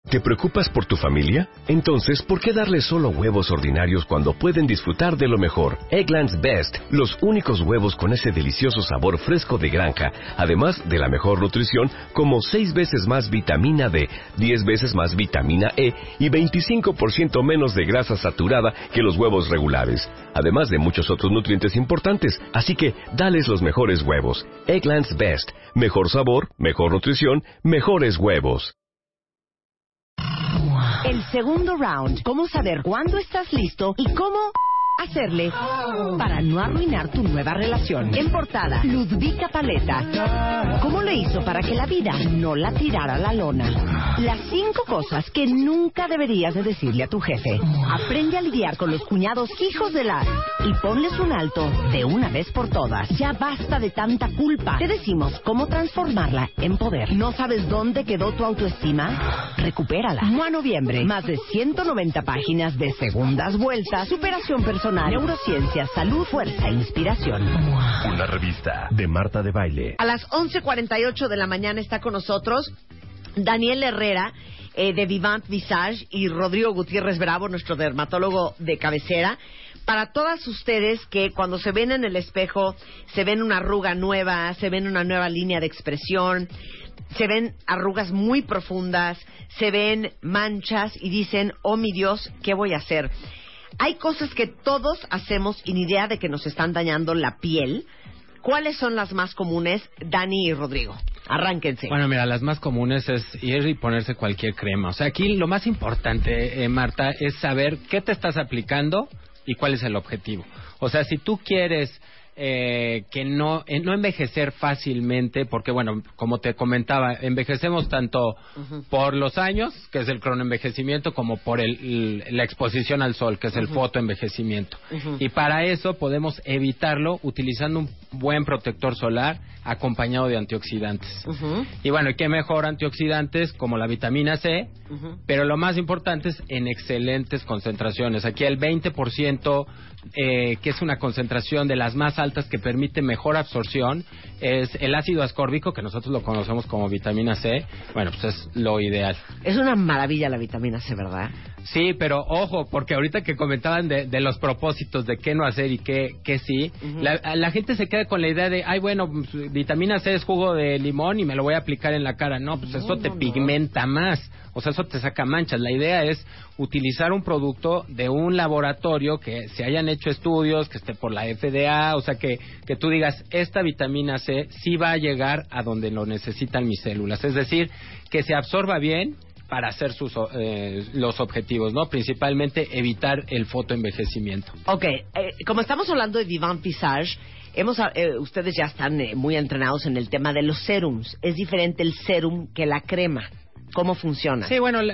¿Te preocupas por tu familia? Entonces, ¿por qué darles solo huevos ordinarios cuando pueden disfrutar de lo mejor? Eggland's Best, los únicos huevos con ese delicioso sabor fresco de granja, además de la mejor nutrición, como 6 veces más vitamina D, 10 veces más vitamina E y 25% menos de grasa saturada que los huevos regulares, además de muchos otros nutrientes importantes. Así que, dales los mejores huevos. Eggland's Best, mejor sabor, mejor nutrición, mejores huevos. El segundo round. ¿Cómo saber cuándo estás listo y cómo hacerle para no arruinar tu nueva relación? En portada, Ludvika Paleta. ¿Cómo le hizo para que la vida no la tirara a la lona? Las 5 cosas que nunca deberías de decirle a tu jefe. Aprende a lidiar con los cuñados hijos de la... y ponles un alto de una vez por todas. Ya basta de tanta culpa. Te decimos cómo transformarla en poder. ¿No sabes dónde quedó tu autoestima? Recupérala. MOA Noviembre. Más de 190 páginas de segundas vueltas, superación personal, neurociencia, salud, fuerza e inspiración. Una revista de Marta de Baile. A las 11:48 de la mañana está con nosotros Daniel Herrera de Vivant Visage y Rodrigo Gutiérrez Bravo, nuestro dermatólogo de cabecera. Para todas ustedes que cuando se ven en el espejo se ven una arruga nueva, se ven una nueva línea de expresión, se ven arrugas muy profundas, se ven manchas y dicen, oh mi Dios, ¿qué voy a hacer? Hay cosas que todos hacemos sin idea de que nos están dañando la piel. ¿Cuáles son las más comunes, Dani y Rodrigo? Arránquense. Bueno, mira, las más comunes es ir y ponerse cualquier crema. O sea, aquí lo más importante, Marta, es saber qué te estás aplicando y cuál es el objetivo. O sea, si tú quieres que no envejecer fácilmente, porque bueno, como te comentaba, envejecemos tanto por los años, que es el cronoenvejecimiento, como por la exposición al sol, que es el fotoenvejecimiento. Y para eso podemos evitarlo utilizando un buen protector solar acompañado de antioxidantes. Y bueno, ¿qué mejor antioxidantes? Como la vitamina C, pero lo más importante es en excelentes concentraciones. Aquí el 20%, que es una concentración de las más altas que permite mejor absorción, es el ácido ascórbico, que nosotros lo conocemos como vitamina C. Bueno, pues es lo ideal. Es una maravilla la vitamina C, ¿verdad? Sí, pero ojo, porque ahorita que comentaban de los propósitos, de qué no hacer y qué sí, la gente se queda con la idea de, ay, bueno, pues, vitamina C es jugo de limón y me lo voy a aplicar en la cara. No, pues eso te pigmenta más. O sea, eso te saca manchas. La idea es utilizar un producto de un laboratorio que se hayan hecho estudios, que esté por la FDA, o sea, que tú digas, esta vitamina C sí va a llegar a donde lo necesitan mis células. Es decir, que se absorba bien para hacer los objetivos, ¿no? Principalmente evitar el fotoenvejecimiento. Ok, como estamos hablando de Vivant Visage, ustedes ya están muy entrenados en el tema de los serums. Es diferente el serum que la crema. ¿Cómo funciona? Sí, bueno,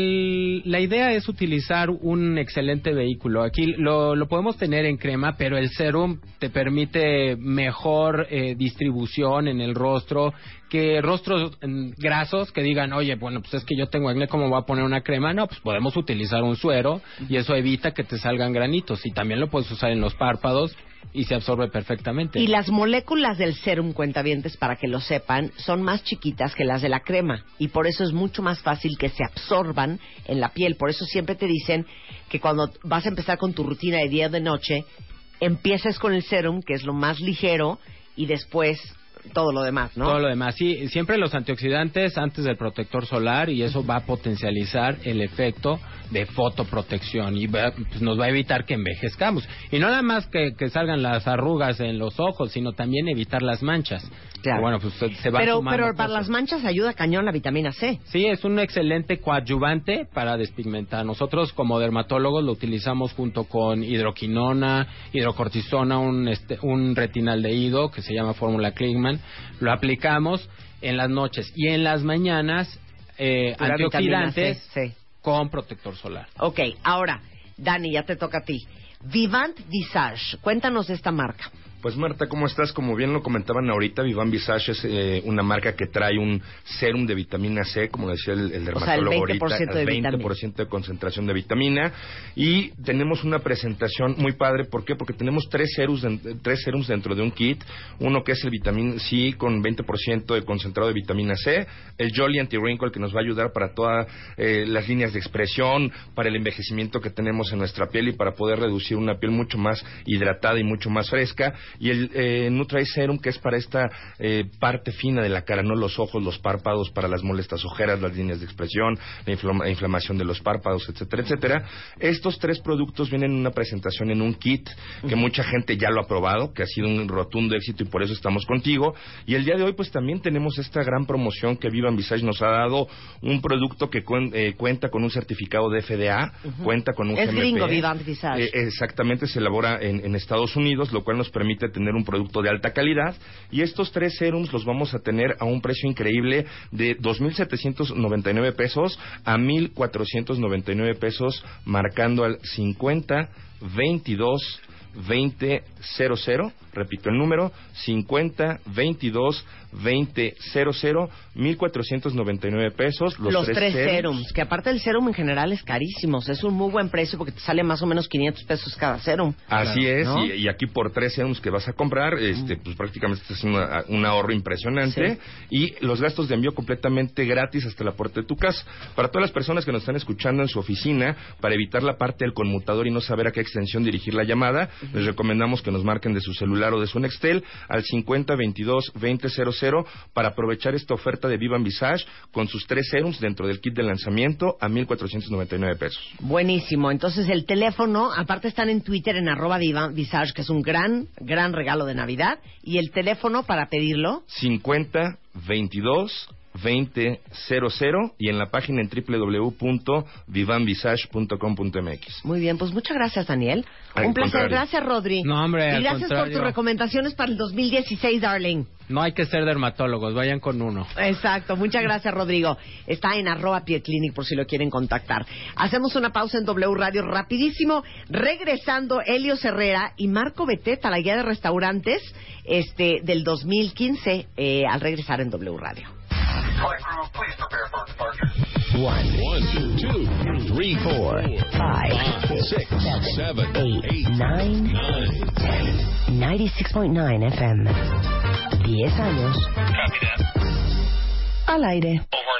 la idea es utilizar un excelente vehículo. Aquí lo podemos tener en crema, pero el serum te permite mejor distribución en el rostro, que rostros grasos que digan, oye, bueno, pues es que yo tengo acné, ¿cómo voy a poner una crema? No, pues podemos utilizar un suero y eso evita que te salgan granitos. Y también lo puedes usar en los párpados y se absorbe perfectamente. Y las moléculas del serum, cuentavientes, para que lo sepan, son más chiquitas que las de la crema y por eso es mucho más fácil que se absorban en la piel. Por eso siempre te dicen que cuando vas a empezar con tu rutina de día o de noche, empieces con el serum, que es lo más ligero, y después todo lo demás, ¿no? Todo lo demás, sí. Siempre los antioxidantes antes del protector solar, y eso va a potencializar el efecto de fotoprotección y pues nos va a evitar que envejezcamos. Y no nada más que salgan las arrugas en los ojos, sino también evitar las manchas. Claro. Bueno, pues se va pero sumando para cosas. las manchas ayuda cañón la vitamina C. Sí, es un excelente coadyuvante para despigmentar. Nosotros como dermatólogos lo utilizamos junto con hidroquinona, hidrocortisona, un retinaldehído que se llama fórmula Kligman. Lo aplicamos en las noches y en las mañanas antioxidantes C. con protector solar. Ok, ahora, Dani, ya te toca a ti. Vivant Visage, cuéntanos esta marca. Pues Marta, ¿cómo estás? Como bien lo comentaban ahorita, Vivan Visage es una marca que trae un serum de vitamina C, como decía el dermatólogo ahorita, el 20% de concentración de vitamina. Y tenemos una presentación muy padre, ¿por qué? Porque tenemos tres serums dentro de un kit. Uno que es el Vitamin C con 20% de concentrado de vitamina C, el Jolly Anti-Wrinkle que nos va a ayudar para todas las líneas de expresión, para el envejecimiento que tenemos en nuestra piel y para poder reducir una piel mucho más hidratada y mucho más fresca. Y el Nutra Serum, que es para esta parte fina de la cara, no los ojos, los párpados, para las molestas ojeras, las líneas de expresión, la inflamación de los párpados, etcétera, etcétera. Estos tres productos vienen en una presentación en un kit que mucha gente ya lo ha probado, que ha sido un rotundo éxito y por eso estamos contigo. Y el día de hoy pues también tenemos esta gran promoción que Vivan Visage nos ha dado, un producto que cuenta con un certificado de FDA, cuenta con un GMP. Es gringo Vivan Visage. Exactamente, se elabora en Estados Unidos, lo cual nos permite tener un producto de alta calidad. Y estos tres serums los vamos a tener a un precio increíble de 2,799 pesos a 1,499 pesos, marcando al 50 22 20 00. Repito el número, 50 22 20 00, 1,499 pesos. Los tres serums, que aparte el serum en general es carísimo, es un muy buen precio porque te sale más o menos 500 pesos cada serum. Así es, ¿no? y aquí por tres serums que vas a comprar, pues prácticamente es un ahorro impresionante. Sí. Y los gastos de envío completamente gratis hasta la puerta de tu casa. Para todas las personas que nos están escuchando en su oficina, para evitar la parte del conmutador y no saber a qué extensión dirigir la llamada, les recomendamos que nos marquen de su celular o de su Nextel al 50 22 20 00 para aprovechar esta oferta de Vivan Visage con sus tres serums dentro del kit de lanzamiento a 1,499 pesos. Buenísimo. Entonces el teléfono, aparte están en Twitter en @VivanVisage, que es un gran regalo de Navidad, y el teléfono para pedirlo 50 22 20 00 y en la página en www.vivanvisage.com.mx. Muy bien, pues muchas gracias, Daniel. Un placer. Gracias, Rodri. No, hombre, y gracias por tus recomendaciones para el 2016, darling. No hay que ser dermatólogos, vayan con uno. Exacto, muchas gracias, Rodrigo. Está en @PieClinic por si lo quieren contactar. Hacemos una pausa en W Radio rapidísimo. Regresando, Helios Herrera y Marco Beteta, la guía de restaurantes del 2015, al regresar en W Radio. Flight crew, please prepare for departure. 1, 2, 3, 4, 5, 6, 7, 8, 9, 10. 96.9 FM. 10 años. Copy that. Al aire. Over